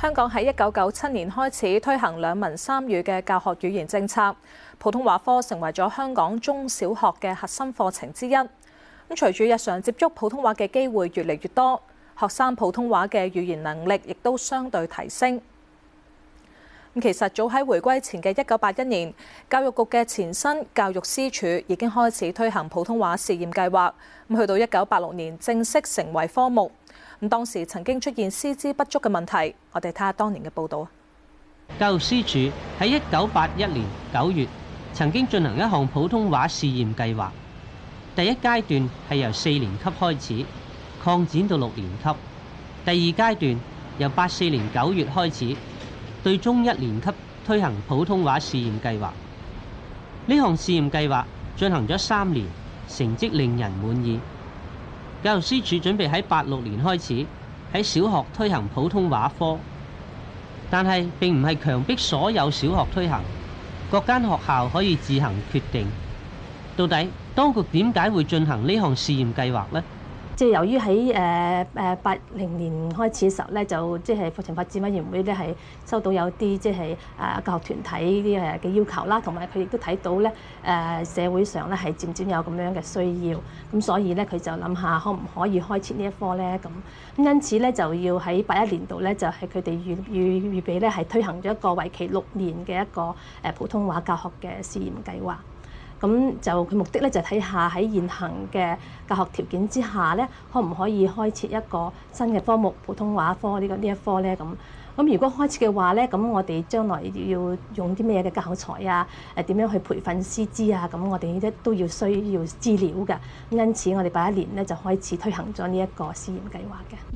香港喺1997年開始推行兩文三語嘅教學語言政策，普通話科成為咗香港中小學嘅核心課程之一。咁隨住日常接觸普通話嘅機會越嚟越多，學生普通話嘅語言能力亦都相對提升。其實早喺回歸前嘅1981年，教育局嘅前身教育司署已經開始推行普通話試驗計劃。去到1986年正式成為科目。當時曾經出現師資不足嘅問題。我哋睇下當年嘅報導。 教育司署喺1981年9月曾經進行一項普通話試驗計劃。第一階段係由4年級開始擴展到6年級。第二階段由84年9月開始對中1年級推行普通話試驗計劃。呢項試驗計劃進行咗3年，成績令人滿意。教育司署準備喺86年開始喺小學推行普通話科，但係並唔係強迫所有小學推行，各間學校可以自行決定。到底當局點解會進行呢項試驗計劃呢？ 即係由於喺80年開始嘅時候咧，就即係課程發展委員會咧係收到有啲即係教學團體啲嘅要求啦，同埋佢亦都睇到咧社會上咧係漸漸有咁樣嘅需要，咁所以咧佢就諗下可唔可以開設呢一科咧咁，因此咧就要喺81年度咧就係佢哋預備咧係推行咗一個為期6年嘅一個普通話教學嘅試驗計劃。咁就佢目的咧就睇下喺現行嘅教學條件之下咧，可唔可以開設一個新嘅科目普通話科呢一科咧咁。咁如果開設嘅話咧，咁我哋將來要用啲咩嘅教材啊？點樣去培訓師資啊？咁我哋都要需要資料㗎。因此我哋81年咧就開始推行咗呢一個試驗計劃嘅。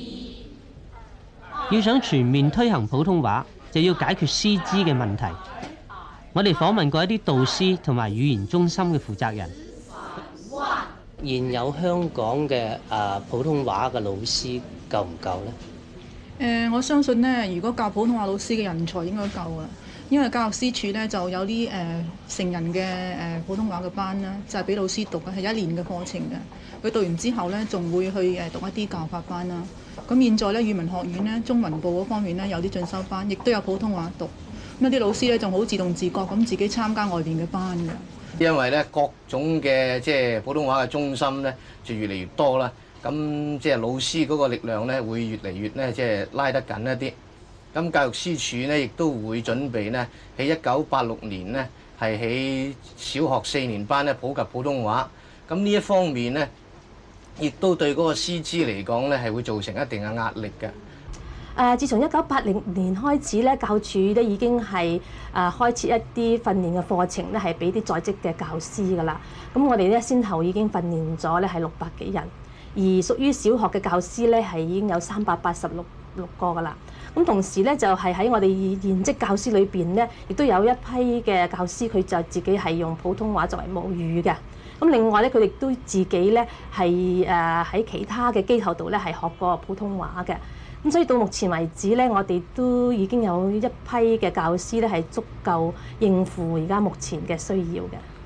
要想全面推行普通話，就要解決師資嘅問題。我哋訪問過一啲導師同埋語言中心嘅負責人。現有香港嘅普通話嘅老師夠唔夠呢？ 我相信呢，如果教普通話老師嘅人才應該夠啊，因為教育司署呢就有啲成人嘅普通話嘅班啦，就係俾老師讀嘅，係1年嘅課程嘅。佢讀完之後呢，仲會去讀一啲教法班啦。咁現在呢，語文學院呢，中文部嗰方面呢，有啲進修班，亦都有普通話讀。咁啲老師咧仲好自動自覺咁自己參加外邊嘅班嘅。 因為咧各種嘅即係普通話嘅中心咧就越嚟越多啦，咁即係老師嗰個力量咧會越嚟越咧即係拉得緊一啲。咁教育司署咧亦都會準備咧喺1986年咧係喺小學4年班咧普及普通話。咁呢一方面咧亦都對嗰個師資嚟講咧係會造成一定嘅壓力嘅。 自從1980年開始咧，教署咧已經係開設一啲訓練嘅課程咧，係俾啲在職嘅教師㗎啦。咁我哋咧先後已經訓練咗咧係600幾人，而屬於小學嘅教師咧係已經有386個㗎啦。咁同時咧就係喺我哋現職教師裏邊咧，亦都有一批嘅教師佢就自己係用普通話作為母語嘅。咁另外咧，佢哋都自己咧係喺其他嘅機構度咧係學過普通話嘅。咁所以到目前為止咧，我哋都已經有一批嘅教師咧係足夠應付而家目前嘅需要嘅。